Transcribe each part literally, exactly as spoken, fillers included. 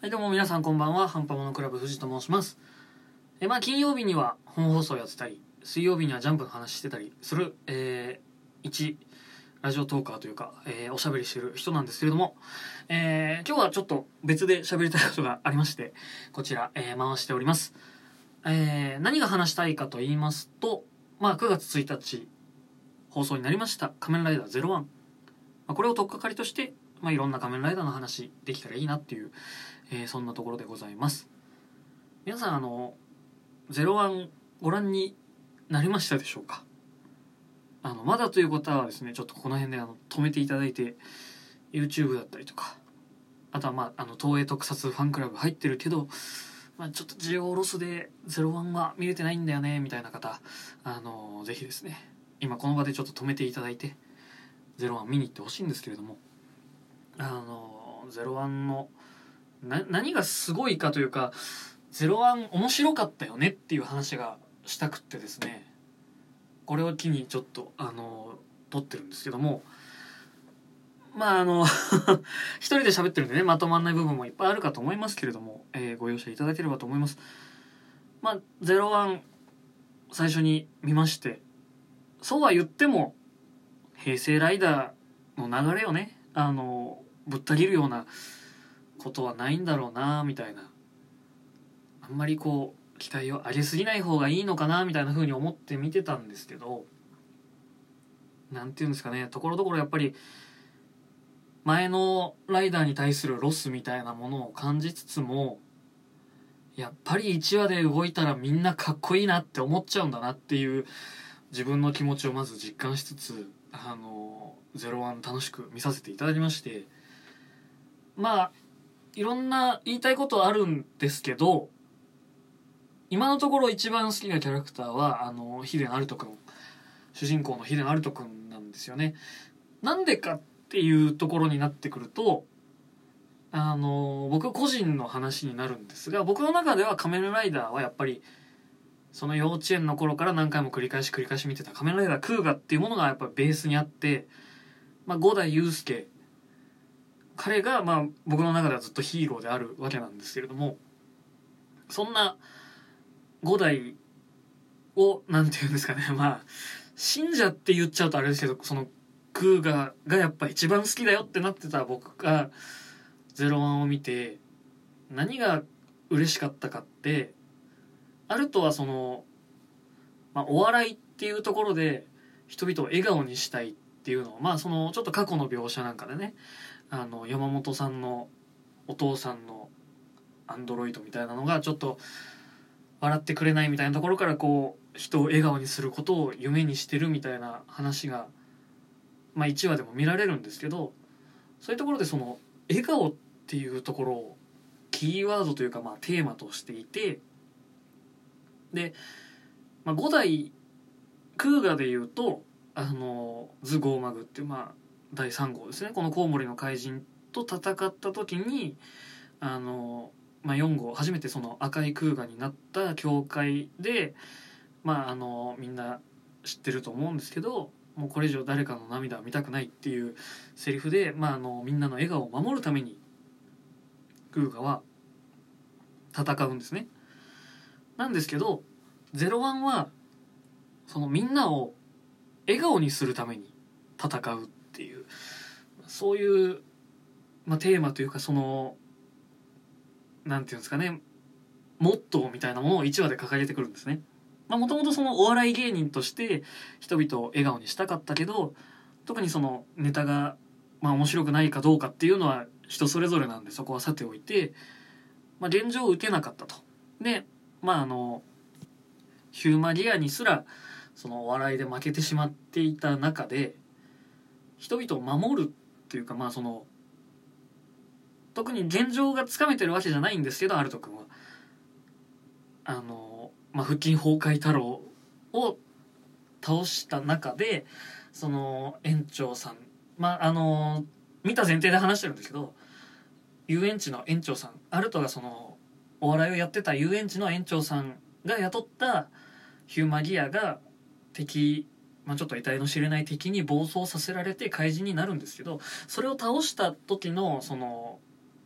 はい、どうも皆さんこんばんは。ハンパモノクラブ藤と申します。えまあ金曜日には本放送やってたり、水曜日にはジャンプの話してたりする、えー、一ラジオトーカーというか、えー、おしゃべりしてる人なんですけれども、えー、今日はちょっと別で喋りたいことがありまして、こちら、えー、回しております。えー、何が話したいかと言いますと、まあくがつついたち放送になりました仮面ライダーゼロワン、まあ、これを取っかかりとして、まあ、いろんな仮面ライダーの話できたらいいなっていう、えー、そんなところでございます。皆さんあのゼロワンご覧になりましたでしょうか。あのまだという方はですね、ちょっとこの辺であの止めていただいて、 YouTube だったりとか、あとはまああの東映特撮ファンクラブ入ってるけど、まあ、ちょっと需要ロスでゼロワンは見れてないんだよねみたいな方、あのぜひですね、今この場でちょっと止めていただいてゼロワン見に行ってほしいんですけれども、あのゼロワンのな何がすごいかというか、ゼロワン面白かったよねっていう話がしたくってですね、これを機にちょっとあの撮ってるんですけども、まああの一人で喋ってるんでね、まとまんない部分もいっぱいあるかと思いますけれども、えー、ご容赦いただければと思います。まあゼロワン最初に見まして、そうは言っても平成ライダーの流れをね、あのぶった切るようなことはないんだろうなみたいな、あんまりこう期待を上げすぎない方がいいのかなみたいな風に思って見てたんですけど、なんていうんですかね、ところどころやっぱり前のライダーに対するロスみたいなものを感じつつも、やっぱりいちわで動いたらみんなかっこいいなって思っちゃうんだなっていう自分の気持ちをまず実感しつつ、あのゼロワン楽しく見させていただきまして、まあいろんな言いたいことはあるんですけど、今のところ一番好きなキャラクターはあのヒデナルトくん、主人公のヒデナルトくんなんですよね。なんでかっていうところになってくると、あの僕個人の話になるんですが、僕の中では仮面ライダーはやっぱりその幼稚園の頃から何回も繰り返し繰り返し見てた仮面ライダークーガっていうものがやっぱベースにあって、まあ、五代祐介、彼がまあ僕の中ではずっとヒーローであるわけなんですけれども、そんな五代をなんていうんですかね、まあ信者って言っちゃうとあれですけど、そのクーガがやっぱ一番好きだよってなってた僕がゼロワンを見て何が嬉しかったかって、あるとはその、まあ、お笑いっていうところで人々を笑顔にしたいっていうのを、まあそのちょっと過去の描写なんかでね、あの山本さんのお父さんのアンドロイドみたいなのがちょっと笑ってくれないみたいなところから、こう人を笑顔にすることを夢にしてるみたいな話が、まあ、いちわでも見られるんですけど、そういうところでその笑顔っていうところをキーワードというか、まあテーマとしていて、で、まあ、ご代クーガでいうとあのズ・ゴーマグっていう、まあだいさん号ですね、このコウモリの怪人と戦った時にあのまあ、よん号初めてその赤いクーガになった教会で、まああのみんな知ってると思うんですけど、もうこれ以上誰かの涙は見たくないっていうセリフで、まあ、あのみんなの笑顔を守るためにクーガは戦うんですね。なんですけどゼロワンはそのみんなを笑顔にするために戦うっていう、そういう、まあ、テーマというか、そのなんていうんですかね、モットーみたいなものをいちわで掲げてくるんですね。まあもともとそのお笑い芸人として人々を笑顔にしたかったけど、特にそのネタがまあ面白くないかどうかっていうのは人それぞれなんで、そこはさておいて、まあ現状を受けなかったと。で、まああのヒューマギアにすらそのお笑いで負けてしまっていた中で、人々を守るっていうか、まあその特に現状がつかめてるわけじゃないんですけど、アルト君はあの、まあ、腹筋崩壊太郎を倒した中で、その園長さん、まああの見た前提で話してるんですけど、遊園地の園長さん、アルトがそのお笑いをやってた遊園地の園長さんが雇ったヒューマギアが敵、まあ、ちょっと得体の知れない敵に暴走させられて怪人になるんですけど、それを倒した時のその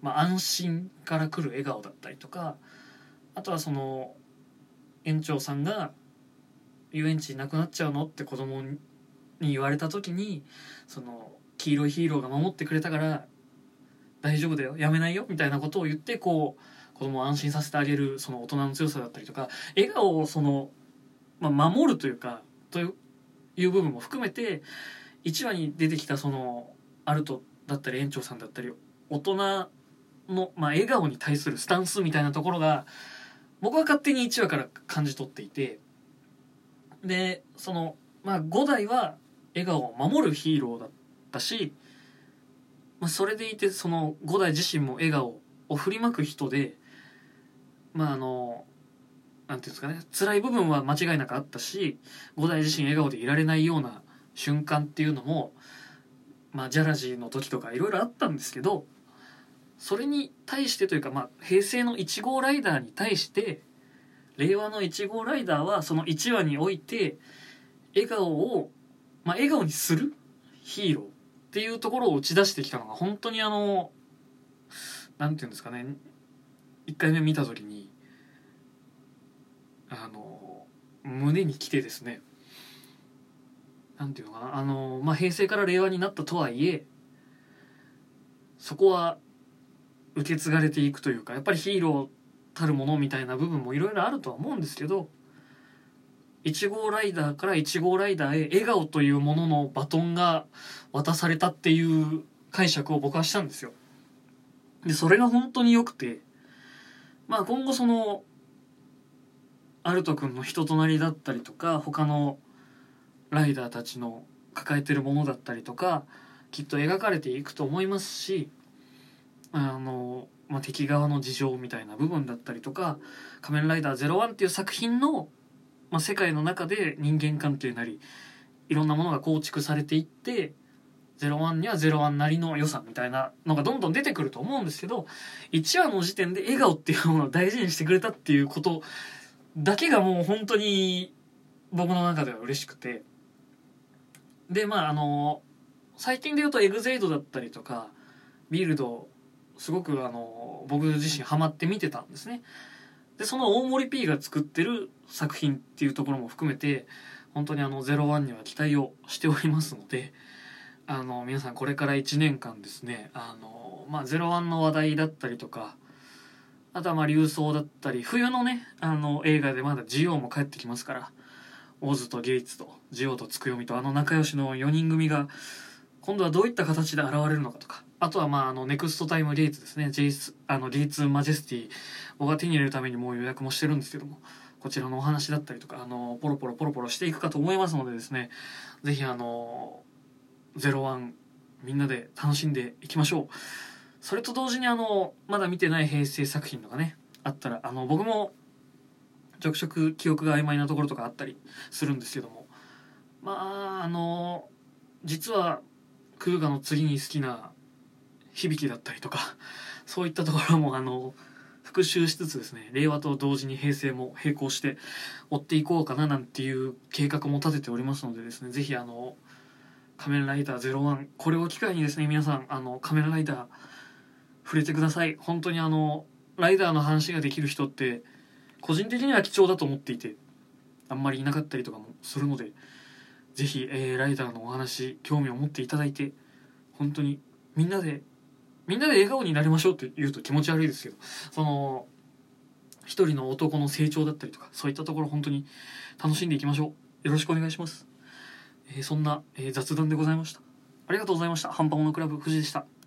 まあ、安心から来る笑顔だったりとか、あとはその園長さんが遊園地なくなっちゃうのって子供に言われた時に、その黄色いヒーローが守ってくれたから大丈夫だよ、やめないよみたいなことを言って、こう子供を安心させてあげる、その大人の強さだったりとか、笑顔をその、まあ、守るというかという部分も含めて、いちわに出てきたそのアルトだったり園長さんだったり大人の、まあ、笑顔に対するスタンスみたいなところが僕は勝手にいちわから感じ取っていて、でその、まあ、ごだいは笑顔を守るヒーローだったし、まあ、それでいてそのごだい自身も笑顔を振りまく人で、まああのなんていうんですかね、辛い部分は間違いなくあったし、ごだい自身笑顔でいられないような瞬間っていうのも、まあ、ジャラジの時とかいろいろあったんですけど、それに対してというか、まあ、平成のいち号ライダーに対して令和のいち号ライダーはそのいちわにおいて笑顔を、まあ、笑顔にするヒーローっていうところを打ち出してきたのが本当にあのなんていうんですかね、いっかいめ見た時にあの胸にきてですね、なんていうのかな、あの、まあ、平成から令和になったとはいえそこは受け継がれていくというか、やっぱりヒーローたるものみたいな部分もいろいろあるとは思うんですけど、いち号ライダーからいち号ライダーへ笑顔というもののバトンが渡されたっていう解釈を僕はしたんですよ。でそれが本当に良くて、まあ今後そのアルト君の人となりだったりとか、他のライダーたちの抱えてるものだったりとかきっと描かれていくと思いますし、あの、まあ、敵側の事情みたいな部分だったりとか、仮面ライダーゼロワンっていう作品の、まあ、世界の中で人間関係なりいろんなものが構築されていって、ゼロワンにはゼロワンなりの良さみたいなのがどんどん出てくると思うんですけど、いちわの時点で笑顔っていうものを大事にしてくれたっていうことだけがもう本当に僕の中では嬉しくて、でまああの最近で言うとエグゼイドだったりとかビルドすごくあの僕自身ハマって見てたんですね。でその大森 P が作ってる作品っていうところも含めて本当にあのゼロワンには期待をしておりますので、あの皆さんこれからいちねんかんですね、あの、まあ、ゼロワンの話題だったりとか、あとはまあ竜装だったり、冬のねあの映画でまだジオウも帰ってきますから、オズとゲイツとジオウとツクヨミとあの仲良しのよにん組が今度はどういった形で現れるのかとか、あとはまああのネクストタイムゲイツですね、ジェイスあのゲイツマジェスティ、僕が手に入れるためにもう予約もしてるんですけども、こちらのお話だったりとかあのポロポロポロポロしていくかと思いますのでですね、ぜひあのゼロワンみんなで楽しんでいきましょう。それと同時にあのまだ見てない平成作品とかねあったら、あの僕もちょくちょく記憶が曖昧なところとかあったりするんですけども、まああの実はクーガの次に好きな響きだったりとか、そういったところもあの復習しつつですね、令和と同時に平成も並行して追っていこうかななんていう計画も立てておりますのでですね、ぜひあの仮面ライダーゼロワンこれを機会にですね、皆さんあの仮面ライダー触れてください。本当にあのライダーの話ができる人って個人的には貴重だと思っていて、あんまりいなかったりとかもするので、ぜひ、えー、ライダーのお話興味を持っていただいて、本当にみんなでみんなで笑顔になりましょうって言うと気持ち悪いですけど、その一人の男の成長だったりとかそういったところ本当に楽しんでいきましょう。よろしくお願いします。えー、そんな、えー、雑談でございました。ありがとうございました。ハンパモノクラブ藤でした。